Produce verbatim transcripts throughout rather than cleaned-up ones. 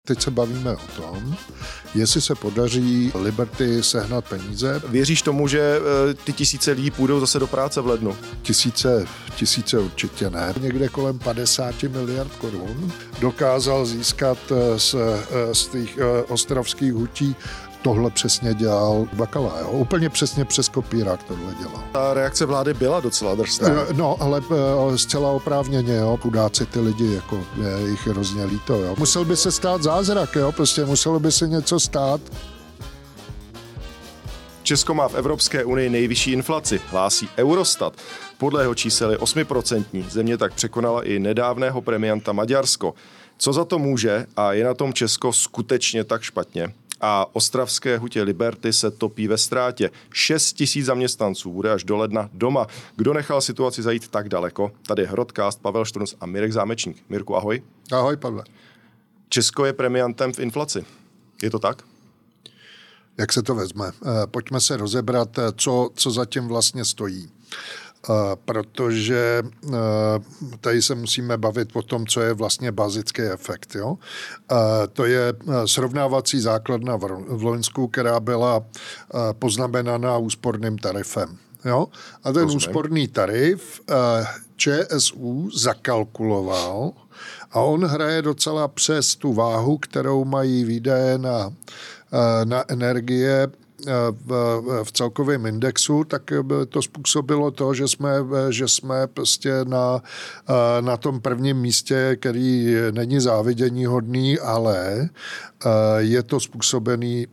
Teď se bavíme o tom, jestli se podaří Liberty sehnat peníze. Věříš tomu, že ty tisíce lidí půjdou zase do práce v lednu? Tisíce, tisíce určitě ne. Někde kolem padesát miliard korun dokázal získat z, z těch ostravských hutí. Tohle přesně dělal Bakala, jo? Úplně přesně přes kopírák tohle dělal. Ta reakce vlády byla docela drsná. No, ale zcela oprávněně, jo, chudáci ty lidi, jako je jich hrozně líto, jo. Musel by se stát zázrak, jo, prostě muselo by se něco stát. Česko má v Evropské unii nejvyšší inflaci, hlásí Eurostat. Podle jeho čísel je osm procent. Země tak překonala i nedávného premianta Maďarsko. Co za to může a je na tom Česko skutečně tak špatně? A ostravské hutě Liberty se topí ve ztrátě. šest tisíc zaměstnanců bude až do ledna doma. Kdo nechal situaci zajít tak daleko? Tady je Hrodcast, Pavel Štrunc a Mirek Zámečník. Mirku, ahoj. Ahoj, Pavle. Česko je premiantem v inflaci. Je to tak? Jak se to vezme? Pojďme se rozebrat, co, co zatím vlastně stojí. Uh, protože uh, tady se musíme bavit o tom, co je vlastně bazický efekt. Jo? Uh, to je srovnávací základna v, v Loňsku, která byla uh, poznamenaná úsporným tarifem. Jo? A ten Rozumím. úsporný tarif uh, ČSÚ zakalkuloval a on hraje docela přes tu váhu, kterou mají výdaje na, uh, na energie V, v celkovém indexu, tak to způsobilo to, že jsme, že jsme prostě na, na tom prvním místě, který není záviděníhodný, ale je to způsobený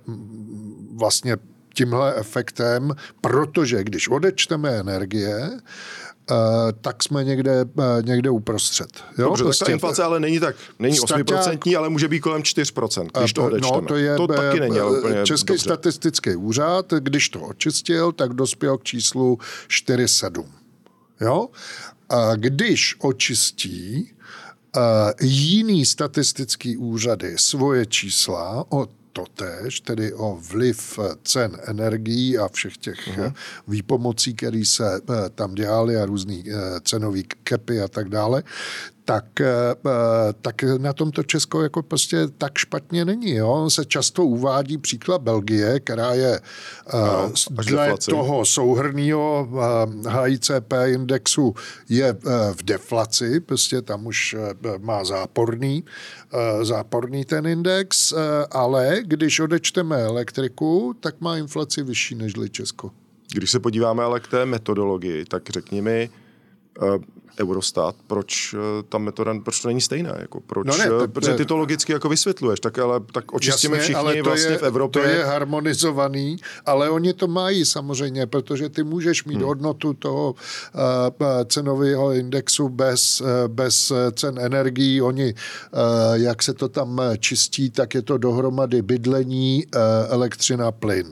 vlastně tímhle efektem, protože když odečteme energie, Uh, tak jsme někde, uh, někde uprostřed. Jo? Dobře, prostě, tak ta inflace ale není tak, není osm procent, ale může být kolem čtyři procenta, když to odečteme. No, to, je, to taky není ale úplně Český dobře. statistický úřad, když to očistil, tak dospěl k číslu čtyři celá sedm. Jo? A když očistí uh, jiný statistický úřady svoje čísla od totéž, tedy o vliv cen energií a všech těch uh-huh. výpomocí, které se tam dělaly a různý cenový capy a tak dále, tak, tak na tomto Česko jako prostě tak špatně není. Jo? On se často uvádí příklad Belgie, která je no, dle toho souhrnného H I C P indexu je v deflaci, prostě tam už má záporný, záporný ten index, ale když odečteme elektriku, tak má inflaci vyšší nežli Česko. Když se podíváme ale k té metodologii, tak řekni mi, Eurostat, proč ta metoda, proč to není stejná? Jako proč, no ne, te, protože ty to logicky jako vysvětluješ, tak, ale, tak očistíme jasně, všichni vlastně je, v Evropě. To je harmonizovaný, ale oni to mají samozřejmě, protože ty můžeš mít hmm. hodnotu toho uh, cenového indexu bez, uh, bez cen energií. Oni, uh, jak se to tam čistí, tak je to dohromady bydlení, uh, elektřina, plyn.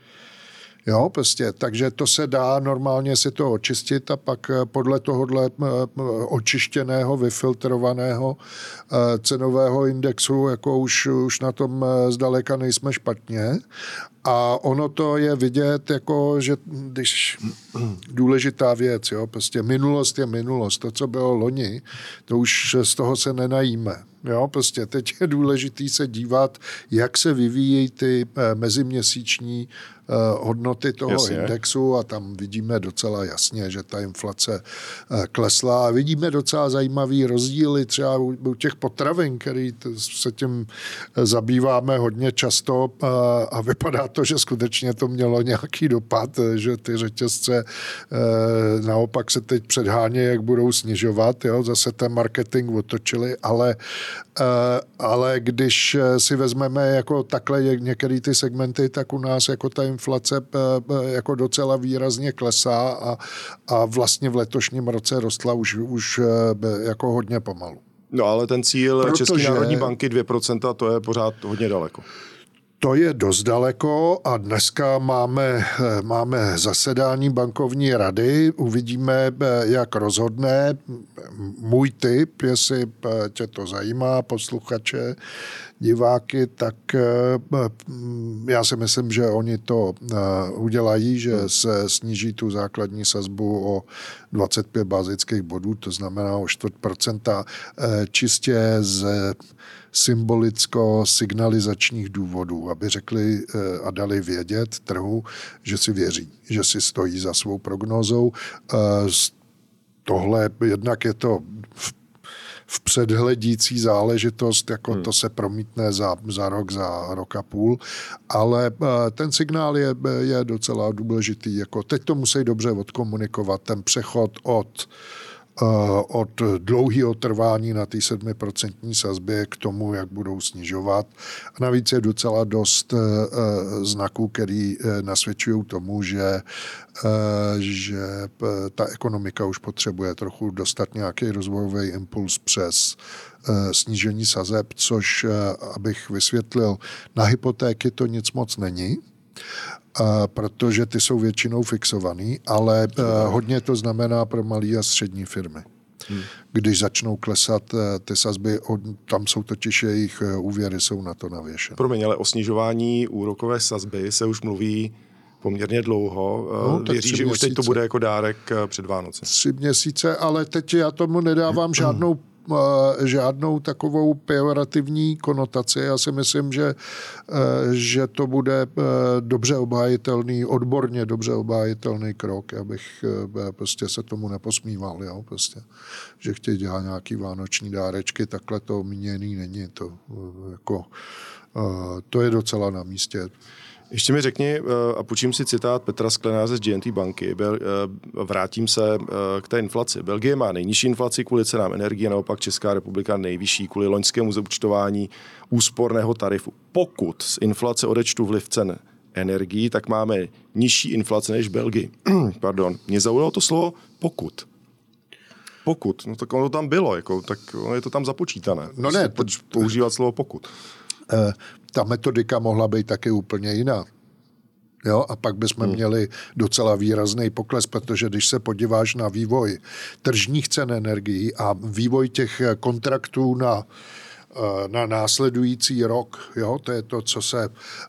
Jo, prostě, takže to se dá normálně si to očistit a pak podle tohohle očištěného, vyfiltrovaného cenového indexu, jako už, už na tom zdaleka nejsme špatně. A ono to je vidět, jako, že když důležitá věc, jo, prostě minulost je minulost. To, co bylo loni, to už z toho se nenajíme. Jo, prostě teď je důležitý se dívat, jak se vyvíjí ty meziměsíční hodnoty toho jasně. indexu a tam vidíme docela jasně, že ta inflace klesla a vidíme docela zajímavý rozdíly třeba u těch potravin, který se tím zabýváme hodně často a vypadá to, že skutečně to mělo nějaký dopad, že ty řetězce naopak se teď předhánějí, jak budou snižovat, jo, zase ten marketing otočili, ale, ale když si vezmeme jako takhle některé ty segmenty, tak u nás jako ta inflace jako docela výrazně klesá a, a vlastně v letošním roce rostla už, už jako hodně pomalu. No ale ten cíl Protože... České národní banky dvě procenta, to je pořád hodně daleko. To je dost daleko a dneska máme, máme zasedání bankovní rady. Uvidíme, jak rozhodne. Můj tip, jestli tě to zajímá, posluchače, diváky, tak já si myslím, že oni to udělají, že se sníží tu základní sazbu o dvacet pět bazických bodů, to znamená o čtvrt procenta čistě z symbolicko-signalizačních důvodů, aby řekli a dali vědět trhu, že si věří, že si stojí za svou prognózou. Tohle jednak je to v předhledící záležitost, jako hmm. to se promítne za, za rok, za rok a půl, ale ten signál je, je docela důležitý. Jako teď to musí dobře odkomunikovat, ten přechod od od dlouhého trvání na té sedmiprocentní sazbě k tomu, jak budou snižovat. A navíc je docela dost znaků, který nasvědčují tomu, že, že ta ekonomika už potřebuje trochu dostat nějaký rozvojový impuls přes snížení sazeb, což, abych vysvětlil, na hypotéky to nic moc není, Uh, protože ty jsou většinou fixovaný, ale uh, hodně to znamená pro malé a střední firmy. Hmm. Když začnou klesat uh, ty sazby, od, tam jsou totiž jejich uh, úvěry, jsou na to navěšené. Promiň, ale o snižování úrokové sazby se už mluví poměrně dlouho. No, Věří, že už teď to bude jako dárek před Vánoce. Tři měsíce, ale teď já tomu nedávám žádnou žádnou takovou pejorativní konotaci. Já si myslím, že, že to bude dobře obhájitelný, odborně dobře obhájitelný krok, abych prostě se tomu neposmíval. Jo? Prostě, že chtějí dělat nějaký vánoční dárečky, takhle to míněný není. To, jako, to je docela na místě. Ještě mi řekni, a půjčím si citát Petra Sklenáře z G N T banky, vrátím se k té inflaci. Belgie má nejnižší inflaci kvůli cenám energie, naopak Česká republika nejvyšší kvůli loňskému zúčtování úsporného tarifu. Pokud z inflace odečtu vliv cen energií, tak máme nižší inflace než v Belgii. Pardon, mě zaujalo to slovo pokud. Pokud, no tak ono tam bylo, jako, tak ono je to tam započítané. No ne, proč používat slovo pokud? Uh, ta metodika mohla být taky úplně jiná. Jo? A pak bychom hmm. měli docela výrazný pokles, protože když se podíváš na vývoj tržních cen energií a vývoj těch kontraktů na na následující rok, jo, to je to, co se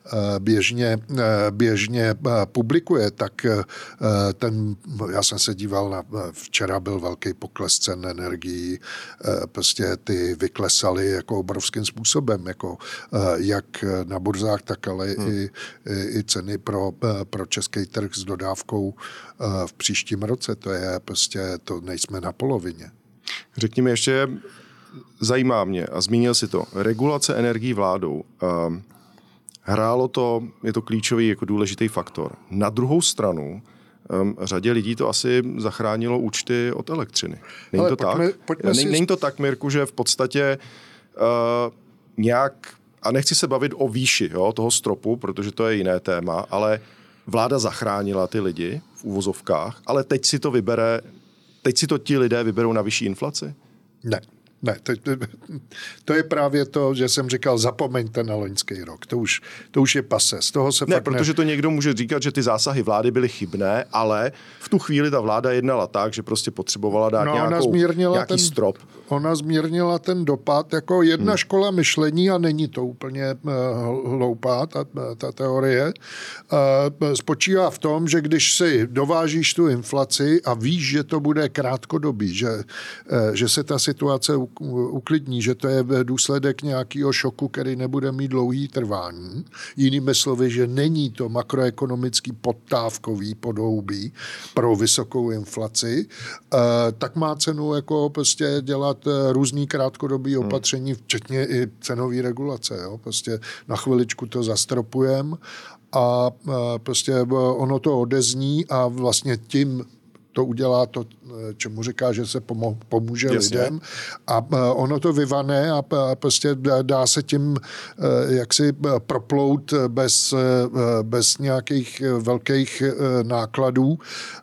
běžně, běžně publikuje, tak ten, já jsem se díval na, včera byl velký pokles cen energií, prostě ty vyklesaly jako obrovským způsobem, jako jak na burzách, tak ale hmm. i, i ceny pro, pro český trh s dodávkou v příštím roce, to je prostě, to nejsme na polovině. Řekni mi ještě, zajímá mě, a zmínil si to, regulace energií vládou. Um, hrálo to, je to klíčový jako důležitý faktor. Na druhou stranu, um, řadě lidí to asi zachránilo účty od elektřiny. Není Ale to pojďme, tak? Pojďme si... Není to tak, Mirku, že v podstatě uh, nějak, a nechci se bavit o výši jo, toho stropu, protože to je jiné téma, ale vláda zachránila ty lidi v uvozovkách, ale teď si to vybere, teď si to ti lidé vyberou na vyšší inflaci? Ne. Ne, to, to je právě to, že jsem říkal, zapomeňte na loňský rok. To už, to už je pase. Z toho se ne, fakt protože ne... to někdo může říkat, že ty zásahy vlády byly chybné, ale v tu chvíli ta vláda jednala tak, že prostě potřebovala dát no, nějakou, nějaký ten, strop. Ona zmírnila ten dopad jako jedna hmm. škola myšlení a není to úplně uh, hloupá, ta, ta teorie. Uh, spočívá v tom, že když si dovážíš tu inflaci a víš, že to bude krátkodobý, že, uh, že se ta situace uklidní, že to je důsledek nějakého šoku, který nebude mít dlouhý trvání. Jinými slovy, že není to makroekonomický podtávkový podhoubí pro vysokou inflaci, tak má cenu jako prostě dělat různý krátkodobý opatření, včetně i cenové regulace. Jo? Prostě na chviličku to zastropujeme a prostě ono to odezní a vlastně tím to udělá to, čemu říká, že se pomo- pomůže Jasně. lidem a ono to vyvane a prostě dá se tím jaksi proplout bez, bez nějakých velkých nákladů.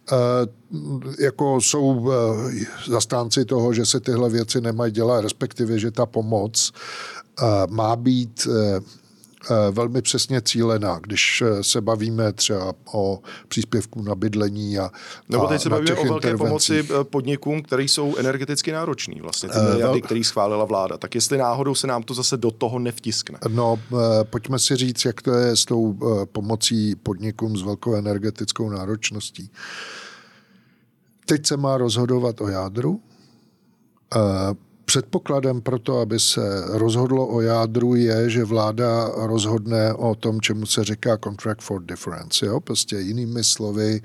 Jako jsou zastánci toho, že se tyhle věci nemají dělat, respektive, že ta pomoc má být velmi přesně cílená, když se bavíme třeba o příspěvku na bydlení a Nebo teď se bavíme o velké pomoci podnikům, které jsou energeticky náročný, vlastně ty miliardy, uh, které schválila vláda. Tak jestli náhodou se nám to zase do toho nevtiskne. No, pojďme si říct, jak to je s tou pomocí podnikům s velkou energetickou náročností. Teď se má rozhodovat o jádru. Předpokladem pro to, aby se rozhodlo o jádru, je, že vláda rozhodne o tom, čemu se říká contract for difference. Jo? Prostě jinými slovy,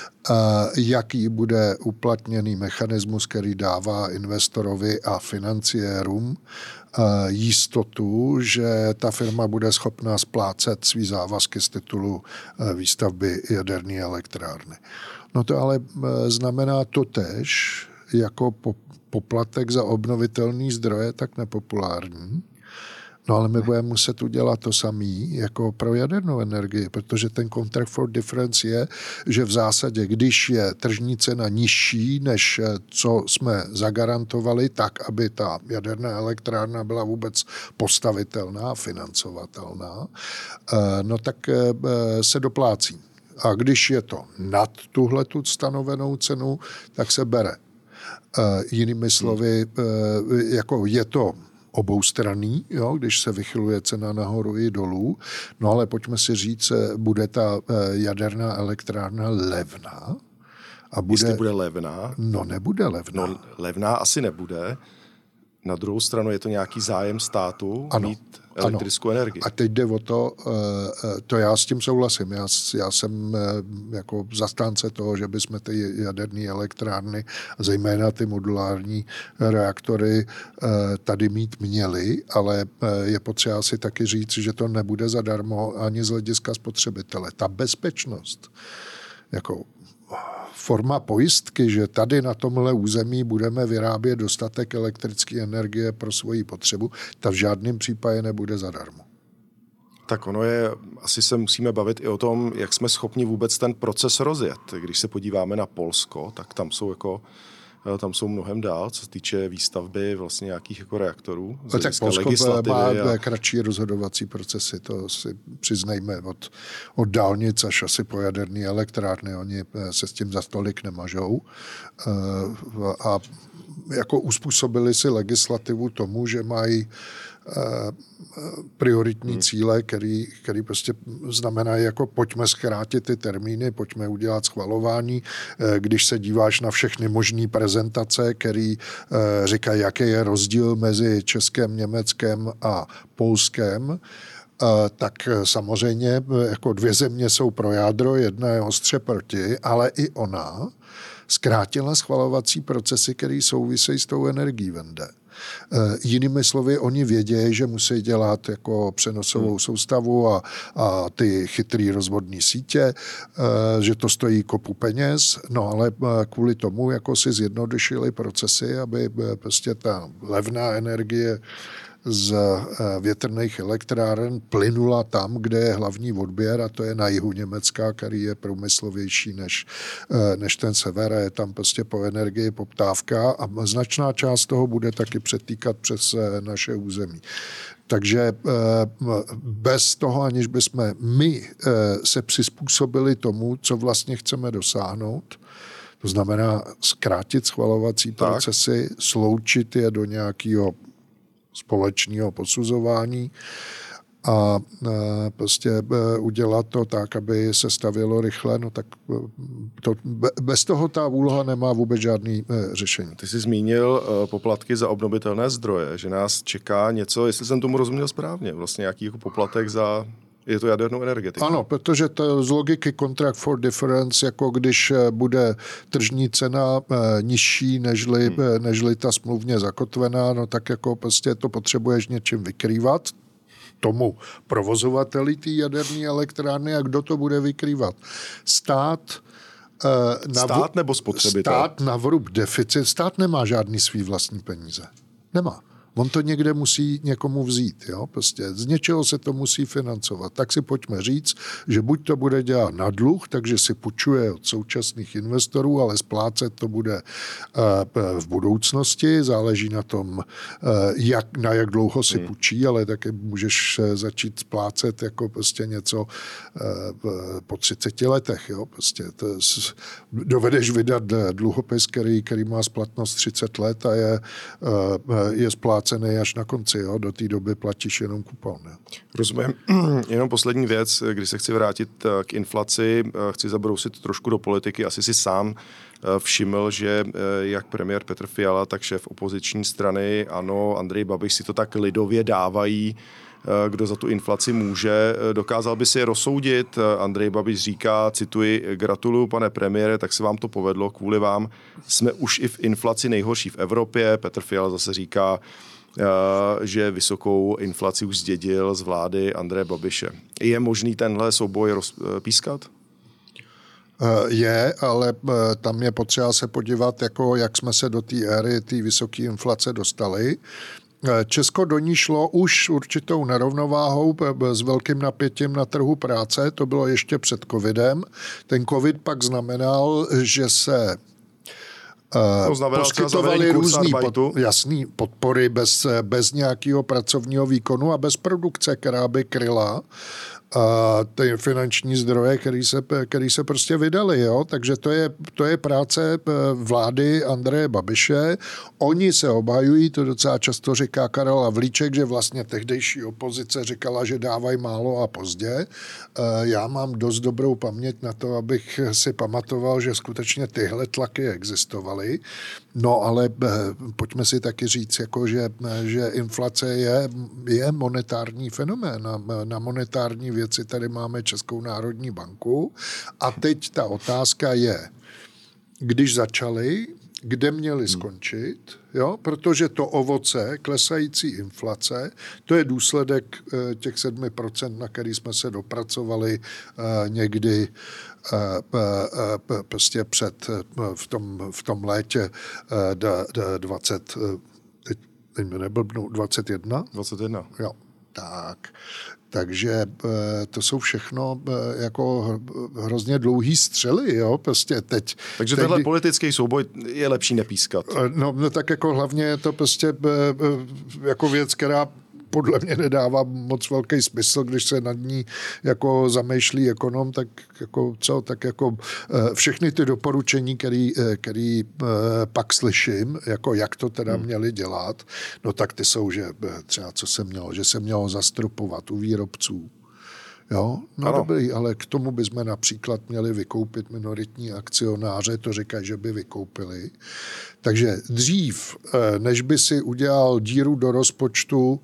jaký bude uplatněný mechanismus, který dává investorovi a financiérům jistotu, že ta firma bude schopná splácet svý závazky z titulu výstavby jaderné elektrárny. No to ale znamená totéž jako po poplatek za obnovitelný zdroje, tak nepopulární. No ale my budeme muset udělat to samý jako pro jadernou energii, protože ten contract for difference je, že v zásadě, když je tržní cena nižší, než co jsme zagarantovali, tak, aby ta jaderná elektrárna byla vůbec postavitelná, financovatelná, no tak se doplácí. A když je to nad tuhletu stanovenou cenu, tak se bere. Uh, jinými slovy, uh, jako je to oboustranný, jo, když se vychyluje cena nahoru i dolů, no ale pojďme si říct, bude ta uh, jaderná elektrárna levná? A bude, Jestli bude levná? No nebude levná. No levná asi nebude. Na druhou stranu je to nějaký zájem státu ano, mít elektrickou ano. energii. A teď jde o to, to já s tím souhlasím. Já, já jsem jako zastánce toho, že bychom ty jaderné elektrárny, zejména ty modulární reaktory, tady mít měli, ale je potřeba si taky říct, že to nebude zadarmo ani z hlediska spotřebitele. Ta bezpečnost, jako forma pojistky, že tady na tomhle území budeme vyrábět dostatek elektrické energie pro svoji potřebu, ta v žádném případě nebude zadarmo. Tak ono je, asi se musíme bavit i o tom, jak jsme schopni vůbec ten proces rozjet. Když se podíváme na Polsko, tak tam jsou jako tam jsou mnohem dál, co se týče výstavby vlastně nějakých jako reaktorů. No tak Polsko má a... kratší rozhodovací procesy, to si přiznejme od, od dálnic až asi po jaderné elektrárny. Oni se s tím za tolik nemažou. A jako uspůsobili si legislativu tomu, že mají prioritní hmm. cíle, který, který prostě znamená jako pojďme zkrátit ty termíny, pojďme udělat schvalování. Když se díváš na všechny možné prezentace, který říkají, jaký je rozdíl mezi Českem, Německem a Polskem, tak samozřejmě jako dvě země jsou pro jádro, jedna je ostře proti, ale i ona zkrátila schvalovací procesy, které souvisejí s tou energií vende. Jinými slovy, oni vědějí, že musí dělat jako přenosovou hmm. soustavu a, a ty chytrý rozvodní sítě, že to stojí kopu peněz, no ale kvůli tomu jako si zjednodušili procesy, aby prostě ta levná energie z větrných elektráren plynula tam, kde je hlavní odběr, a to je na jihu Německa, který je průmyslovější než, než ten sever, a je tam prostě po energii poptávka a značná část toho bude taky přetýkat přes naše území. Takže bez toho, aniž bychom my se přizpůsobili tomu, co vlastně chceme dosáhnout, to znamená zkrátit schvalovací tak. procesy, sloučit je do nějakého společného posuzování a prostě udělat to tak, aby se stavělo rychle, no tak to, bez toho ta úloha nemá vůbec žádný řešení. Ty jsi zmínil poplatky za obnovitelné zdroje, že nás čeká něco, jestli jsem tomu rozuměl správně, vlastně nějaký jako poplatek za... Je to jadernou energetiku. Ano, protože to z logiky contract for difference, jako když bude tržní cena nižší nežli, hmm. nežli ta smluvně zakotvená, no tak jako prostě to potřebuješ něčím vykrývat tomu provozovateli té jaderné elektrárny, a kdo to bude vykrývat? Stát. Na stát nebo spotřebitel? Stát na vrub deficit. Stát nemá žádný svý vlastní peníze. Nemá. On to někde musí někomu vzít. Jo? Prostě z něčeho se to musí financovat. Tak si pojďme říct, že buď to bude dělat na dluh, takže si půjčuje od současných investorů, ale splácet to bude v budoucnosti. Záleží na tom, jak, na jak dlouho si hmm. půjčí, ale taky můžeš začít splácet jako prostě něco po třiceti letech. Jo? Prostě to dovedeš vydat dluhopis, který, který má splatnost třicet let a je, je splácet splácený až na konci, jo? Do té doby platíš jenom kupon. Ne? Rozumím. Jenom poslední věc, když se chci vrátit k inflaci, chci zabrousit trošku do politiky. Asi si sám všiml, že jak premiér Petr Fiala, tak šéf opoziční strany, ano, Andrej Babiš si to tak lidově dávají, kdo za tu inflaci může. Dokázal by si je rozsoudit? Andrej Babiš říká, cituji, gratuluju, pane premiére, tak se vám to povedlo, kvůli vám jsme už i v inflaci nejhorší v Evropě. Petr Fiala zase říká, že vysokou inflaci už zdědil z vlády Andreje Babiše. Je možný tenhle souboj rozpískat? Je, ale tam je potřeba se podívat, jako jak jsme se do té éry, té vysoké inflace dostali. Česko do ní šlo už určitou nerovnováhou s velkým napětím na trhu práce, to bylo ještě před covidem. Ten covid pak znamenal, že se to poskytovaly různý pod, jasný podpory bez, bez nějakého pracovního výkonu a bez produkce, která by kryla a ty finanční zdroje, který se, který se prostě vydali. Jo? Takže to je, to je práce vlády Andreje Babiše. Oni se obhajují, to docela často říká Karel Havlíček, že vlastně tehdejší opozice říkala, že dávají málo a pozdě. Já mám dost dobrou paměť na to, abych si pamatoval, že skutečně tyhle tlaky existovaly. No ale pojďme si taky říct, jako že, že inflace je, je monetární fenomén. Na, na monetární věci tady máme Českou národní banku. A teď ta otázka je, když začali, kde měli skončit, jo? Protože to ovoce, klesající inflace, to je důsledek těch sedmi procent, na který jsme se dopracovali někdy prostě před, v tom, v tom létě dvacet, teď mi neblbnu, dvacet jedna? dvacet jedna. Jo, tak. Takže to jsou všechno jako hrozně dlouhý střely, jo, prostě teď. Takže teď, tenhle politický souboj je lepší nepískat. No, no tak jako hlavně je to prostě jako věc, která podle mě nedává moc velký smysl, když se nad ní jako zamýšlí ekonom, tak jako co, tak jako všechny ty doporučení, který, který pak slyším, jako jak to teda měli dělat, no tak ty jsou, že třeba co se mělo, že se mělo zastropovat u výrobců. Jo, no ano. Dobrý, ale k tomu bychom například měli vykoupit minoritní akcionáře, to říkají, že by vykoupili. Takže dřív, než by si udělal díru do rozpočtu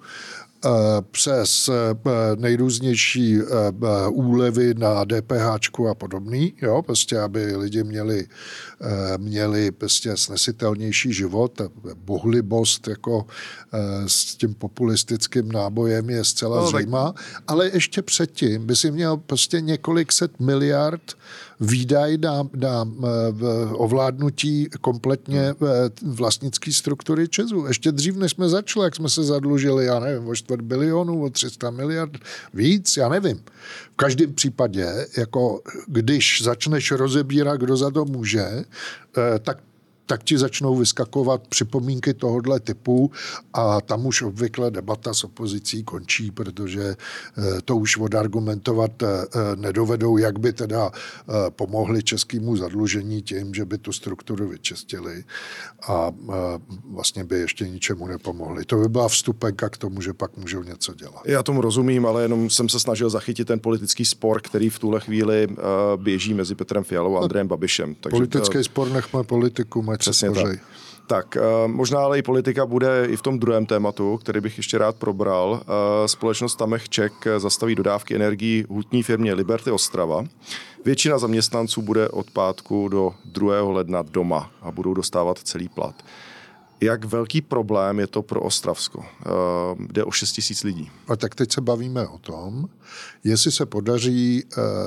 přes nejrůznější úlevy na DPHčku a podobný, jo, prostě aby lidi měli, měli prostě snesitelnější život. Bohlibost jako s tím populistickým nábojem je zcela no, zřejmá, tak... ale ještě předtím by si měl prostě několik set miliard výdaj na, na ovládnutí kompletně vlastnické struktury Česu. Ještě dřív, než jsme začali, jak jsme se zadlužili, já nevím, o čtvrt bilionu, o tři sta miliard, víc, já nevím. V každém případě, jako když začneš rozebírat, kdo za to může, tak tak ti začnou vyskakovat připomínky tohohle typu a tam už obvykle debata s opozicí končí, protože to už odargumentovat nedovedou, jak by teda pomohli českému zadlužení tím, že by tu strukturu vyčistili a vlastně by ještě ničemu nepomohli. To by byla vstupenka k tomu, že pak můžou něco dělat. Já tomu rozumím, ale jenom jsem se snažil zachytit ten politický spor, který v tuhle chvíli běží mezi Petrem Fialou a Andrejem Babišem. Takže politický spor nechme politiku, přesně tak. Tak, možná ale i politika bude i v tom druhém tématu, který bych ještě rád probral. Společnost Tamech Czech zastaví dodávky energií hutní firmě Liberty Ostrava. Většina zaměstnanců bude od pátku do druhého ledna doma a budou dostávat celý plat. Jak velký problém je to pro Ostravsko? Jde o šest tisíc lidí. A tak teď se bavíme o tom, jestli se podaří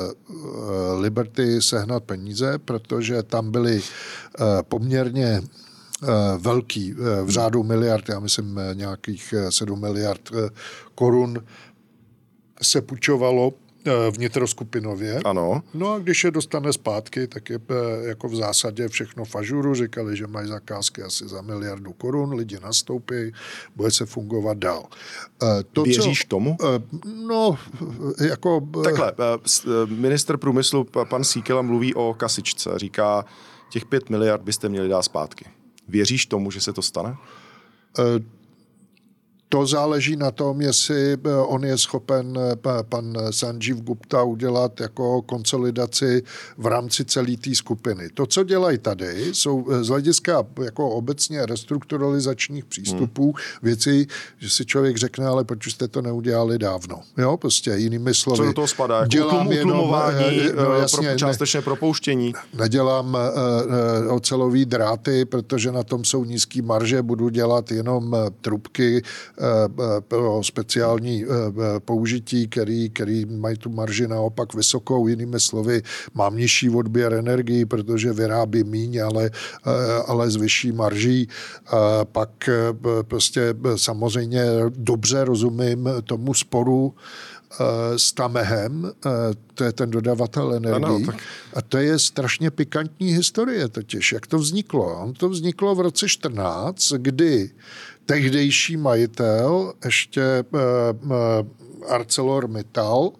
Liberty sehnat peníze, protože tam byly poměrně velký, v řádu miliard, já myslím nějakých sedm miliard korun se půjčovalo vnitroskupinově. Ano. No a když je dostane zpátky, tak je jako v zásadě všechno fažuru. Říkali, že mají zakázky asi za miliardu korun, lidi nastoupí, bude se fungovat dál. To, Věříš co, tomu? No, jako... Takhle, ministr průmyslu pan Síkela mluví o kasičce. Říká, těch pět miliard byste měli dát zpátky. Věříš tomu, že se to stane? To záleží na tom, jestli on je schopen pan Sanjeev Gupta udělat jako konsolidaci v rámci celé té skupiny. To, co dělají tady, jsou z hlediska jako obecně restrukturalizačních přístupů hmm. věci, že si člověk řekne, ale proč jste to neudělali dávno. Jo, prostě jinými slovy. Co do toho spadá? Jako dělám utlumování, jenom, no, jasně, pro, částečné ne, propouštění? Nedělám uh, ocelový dráty, protože na tom jsou nízký marže, budu dělat jenom trubky pro speciální použití, který, který mají tu marži naopak vysokou. Jinými slovy, mám nižší odběr energii, protože vyrábím míň, ale, ale s vyšší marží. Pak prostě samozřejmě dobře rozumím tomu sporu s Tamehem, to je ten dodavatel energií. A to je strašně pikantní historie totiž, jak to vzniklo. On to vzniklo v roce čtrnáct, kdy tehdejší majitel, ještě ArcelorMittal,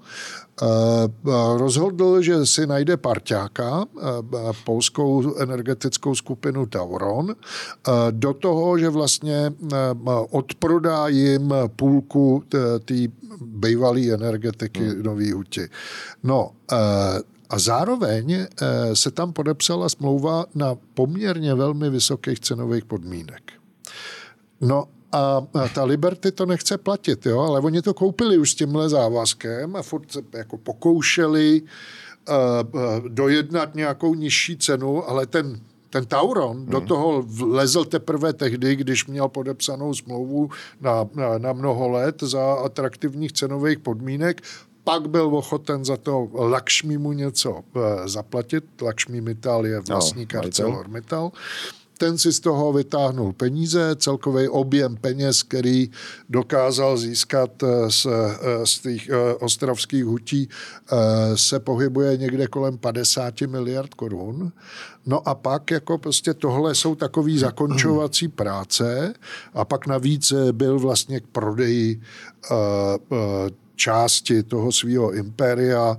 rozhodl, že si najde parťáka, polskou energetickou skupinu Tauron, do toho, že vlastně odprodá jim půlku té bývalé energetiky hmm. Nový Huti. No a zároveň se tam podepsala smlouva na poměrně velmi vysokých cenových podmínek. No a ta Liberty to nechce platit, jo, ale oni to koupili už s tímhle závazkem a furt se jako pokoušeli uh, uh, dojednat nějakou nižší cenu, ale ten, ten Tauron hmm. do toho lezl teprve tehdy, když měl podepsanou smlouvu na, na, na mnoho let za atraktivních cenových podmínek. Pak byl ochoten za to Lakšmí mu něco uh, zaplatit. Lakšmí Mittal je vlastník no, ArcelorMittal. Ten si z toho vytáhnul peníze, celkový objem peněz, který dokázal získat z, z těch ostravských hutí, se pohybuje někde kolem padesát miliard korun. No a pak jako prostě tohle jsou takový zakončovací práce a pak navíc byl vlastně k prodeji uh, uh, části toho svého impéria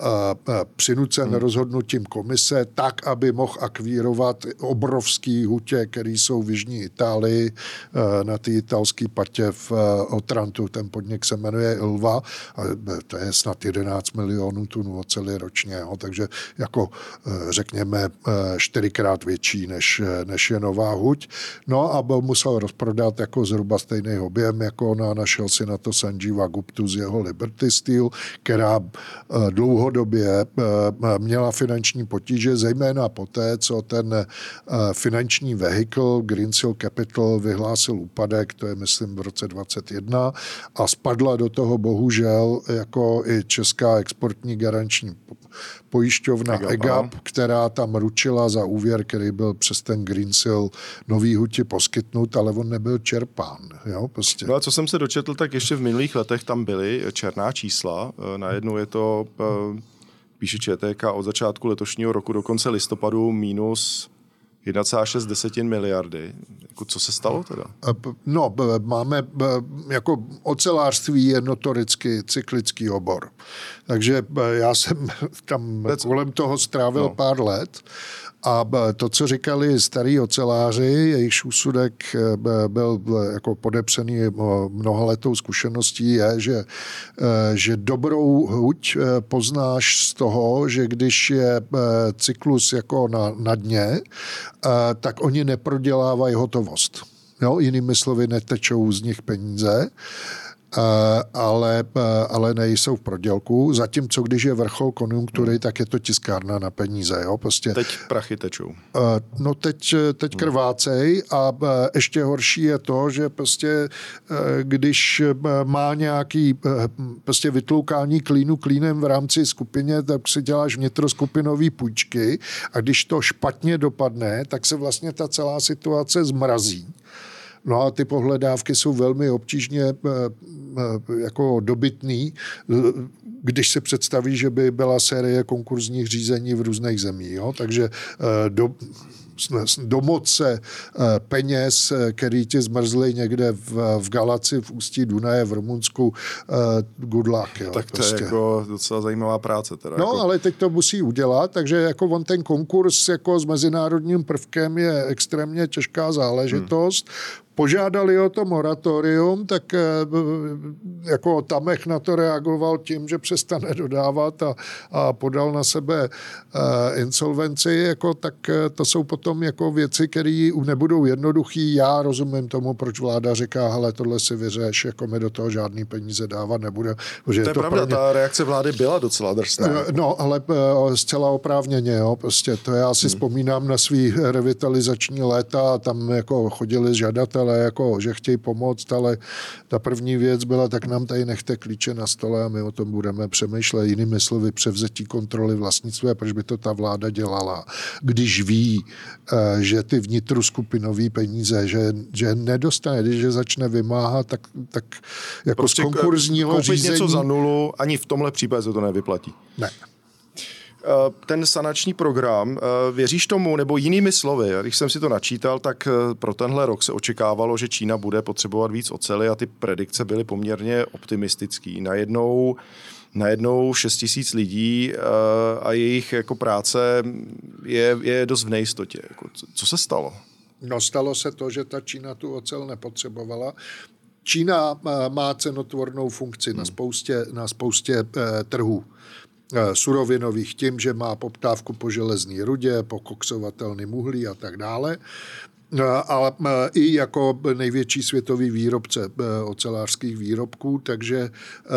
přinucen hmm. rozhodnutím komise tak, aby mohl akvírovat obrovský hutě, který jsou v jižní Itálii na té italské patě v Otrantu. Ten podnik se jmenuje Ilva. To je snad jedenáct milionů tun oceli ročně. Jo. Takže jako řekněme čtyřikrát větší, než, než je Nová huť. No a byl musel rozprodat jako zhruba stejný objem, jako ona našel si na to Sanjeeva Guptu z jeho Liberty Steel, která dlouhodobě měla finanční potíže, zejména poté, co ten finanční vehikl Greensill Capital vyhlásil úpadek, to je myslím v roce dvacet jedna, a spadla do toho bohužel jako i česká exportní garanční pojišťovna E G A P, která tam ručila za úvěr, který byl přes ten Greensill Nový Huti poskytnut, ale on nebyl čerpán. Jo, prostě. No a co jsem se dočetl, tak ještě v minulých letech tam byly černá čísla. Najednou je to, píše ČTK, od začátku letošního roku do konce listopadu minus jedna celá šest miliardy. Jako co se stalo teda? No, máme, jako ocelářství je notoricky cyklický obor. Takže já jsem tam kolem toho strávil no. pár let. A to, co říkali starí oceláři, jejichž úsudek byl jako podepsaný mnohaletou zkušeností, je, že, že dobrou huť poznáš z toho, že když je cyklus jako na, na dně, tak oni neprodělávají hotovost. Jo? Jinými slovy, netečou z nich peníze. Ale, ale nejsou v prodělku. Zatímco, když je vrchol konjunktury, tak je to tiskárna na peníze. Jo? Prostě, teď prachy tečou. No teď, teď krvácej a ještě horší je to, že prostě když má nějaký prostě vytloukání klínu klínem v rámci skupině, tak si děláš vnitroskupinový půjčky a když to špatně dopadne, tak se vlastně ta celá situace zmrazí. No a ty pohledávky jsou velmi obtížně jako dobytný. když se představí, že by byla série konkurzních řízení v různých zemích. Jo? Takže do, domoc se peněz, který ti zmrzly někde v, v Galaci, v ústí Dunaje, v Rumunsku, good luck. Jo? Tak to prostě. je jako docela zajímavá práce. Teda, no, jako... ale teď to musí udělat, takže jako on ten konkurs jako s mezinárodním prvkem je extrémně těžká záležitost. Hmm. Požádali o to moratorium, tak jako Tamech na to reagoval tím, že přestane dodávat a, a podal na sebe insolvenci, jako, tak to jsou potom jako věci, které nebudou jednoduchý. Já rozumím tomu, proč vláda říká, hele, tohle si vyřeš, jako my do toho žádný peníze dávat nebude. To je to pravda, mě... ta reakce vlády byla docela drsná. No, ale zcela oprávněně, jo, prostě to já si hmm. vzpomínám na svý revitalizační léta a tam jako chodili žadatelé, jako, že chtějí pomoct, ale ta první věc byla, tak nám tady nechte klíče na stole a my o tom budeme přemýšlet. Jinými slovy, převzetí kontroly vlastnictví, a proč by to ta vláda dělala, když ví, že ty vnitroskupinové peníze, že, že nedostane, když je začne vymáhat, tak, tak jako prostě z konkurzního řízení... něco za nulu, ani v tomhle případě se to nevyplatí. Ne. Ten sanační program, věříš tomu, nebo jinými slovy, když jsem si to načítal, tak pro tenhle rok se očekávalo, že Čína bude potřebovat víc oceli a ty predikce byly poměrně optimistický. Najednou, najednou šest tisíc lidí a jejich jako práce je, je dost v nejistotě. Co se stalo? No, stalo se to, že ta Čína tu ocel nepotřebovala. Čína má cenotvornou funkci hmm. na spoustě, na spoustě eh, trhů surovinových tím, že má poptávku po železné rudě, po koksovatelném uhlí a tak dále. Ale i jako největší světový výrobce ocelářských výrobků, takže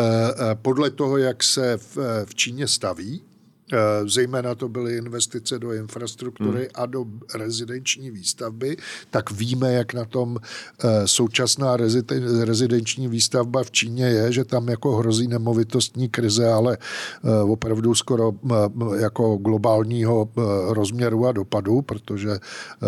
podle toho, jak se v Číně staví, zejména to byly investice do infrastruktury hmm. a do rezidenční výstavby, tak víme, jak na tom současná rezidenční výstavba v Číně je, že tam jako hrozí nemovitostní krize, ale opravdu skoro jako globálního rozměru a dopadu, protože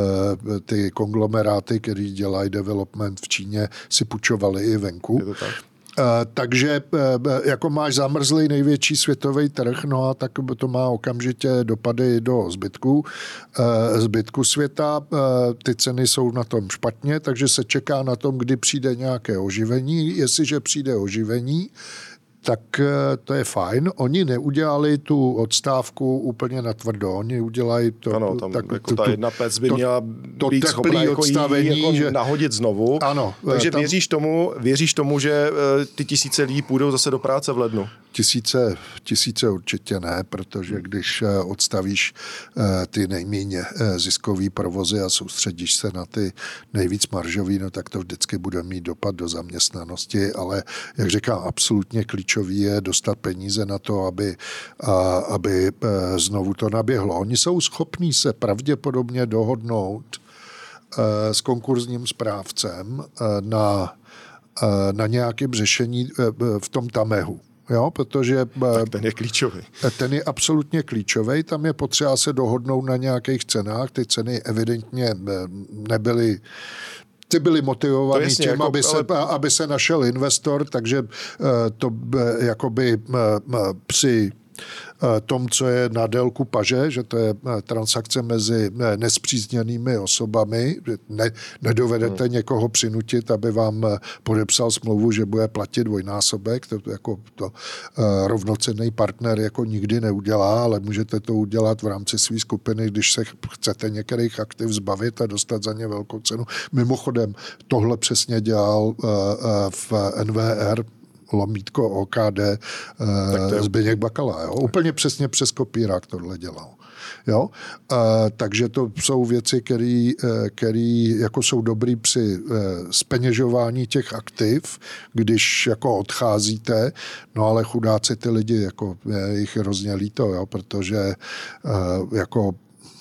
ty konglomeráty, který dělají development v Číně, si půjčovali i venku. Je to tak? Takže jako máš zamrzlý největší světový trh, no a tak to má okamžitě dopady do zbytku, zbytku světa. Ty ceny jsou na tom špatně, takže se čeká na tom, kdy přijde nějaké oživení. Jestliže přijde oživení, tak to je fajn. Oni neudělali tu odstávku úplně natvrdo. Oni udělají to... Ano, tam tak, jako ta jedna pec by to, měla to být schopná jako odstavení, jako že... nahodit znovu. Ano. Takže tam... věříš tomu, věříš tomu, že ty tisíce lidí půjdou zase do práce v lednu? Tisíce, tisíce určitě ne, protože když odstavíš ty nejméně ziskový provozy a soustředíš se na ty nejvíc maržový, no tak to vždycky bude mít dopad do zaměstnanosti, ale jak říkám, absolutně klíčový je dostat peníze na to, aby, aby znovu to naběhlo. Oni jsou schopní se pravděpodobně dohodnout s konkurzním správcem na, na nějakém řešení v tom Tamehu. Jo, protože... Tak ten je klíčový. Ten je absolutně klíčový. Tam je potřeba se dohodnout na nějakých cenách. Ty ceny evidentně nebyly... Ty byly motivovaný tím, jako, aby, se, ale... aby se našel investor, takže to jakoby při tom, co je na délku paže, že to je transakce mezi nespřízněnými osobami. Ne, nedovedete hmm. někoho přinutit, aby vám podepsal smlouvu, že bude platit dvojnásobek. To, jako to rovnocenný partner jako nikdy neudělá, ale můžete to udělat v rámci své skupiny, když se chcete některých aktiv zbavit a dostat za ně velkou cenu. Mimochodem, tohle přesně dělal v N V R lomítko O K D je... Zbyněk Bakala. Jo? Úplně přesně přes kopírák tohle dělal. Jo? E, takže to jsou věci, které jako jsou dobrý při e, zpeněžování těch aktiv, když jako odcházíte, no ale chudáci ty lidi, jako je jich hrozně líto, jo? Protože e, jako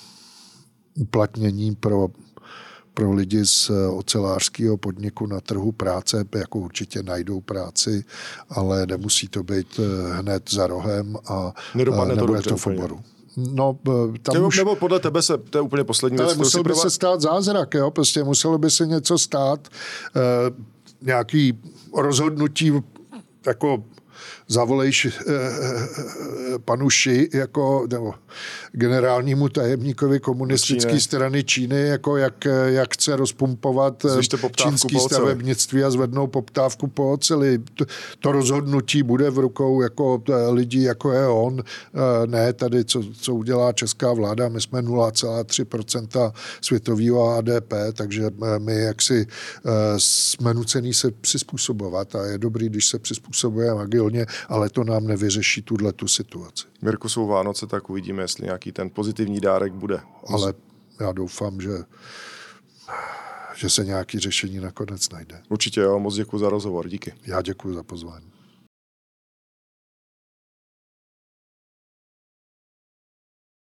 uplatnění pro pro lidi z ocelářského podniku na trhu práce, jako určitě najdou práci, ale nemusí to být hned za rohem a nedopadne to nebude dobře to v oboru. No, tam nebo, už... nebo podle tebe se, to je úplně poslední ale věc. musel by prova... se stát zázrak, jo? Prostě muselo by se něco stát, eh, nějaký rozhodnutí jako zavolejš eh, panu Xi jako nebo generálnímu tajemníkovi komunistické strany Číny, jako jak, jak chce rozpumpovat čínský stavebnictví a zvednou poptávku po oceli. To, to rozhodnutí bude v rukou jako lidí, jako je on. Ne tady, co, co udělá česká vláda. My jsme nula celá tři procenta světového H D P, takže my jaksi jsme nucený se přizpůsobovat a je dobrý, když se přizpůsobujeme agilně, ale to nám nevyřeší tuhletu situaci. Mirku, jsou Vánoce, tak uvidíme, jestli nějaký ten pozitivní dárek bude. Ale já doufám, že, že se nějaké řešení nakonec najde. Určitě jo, moc děkuji za rozhovor, díky. Já děkuji za pozvání.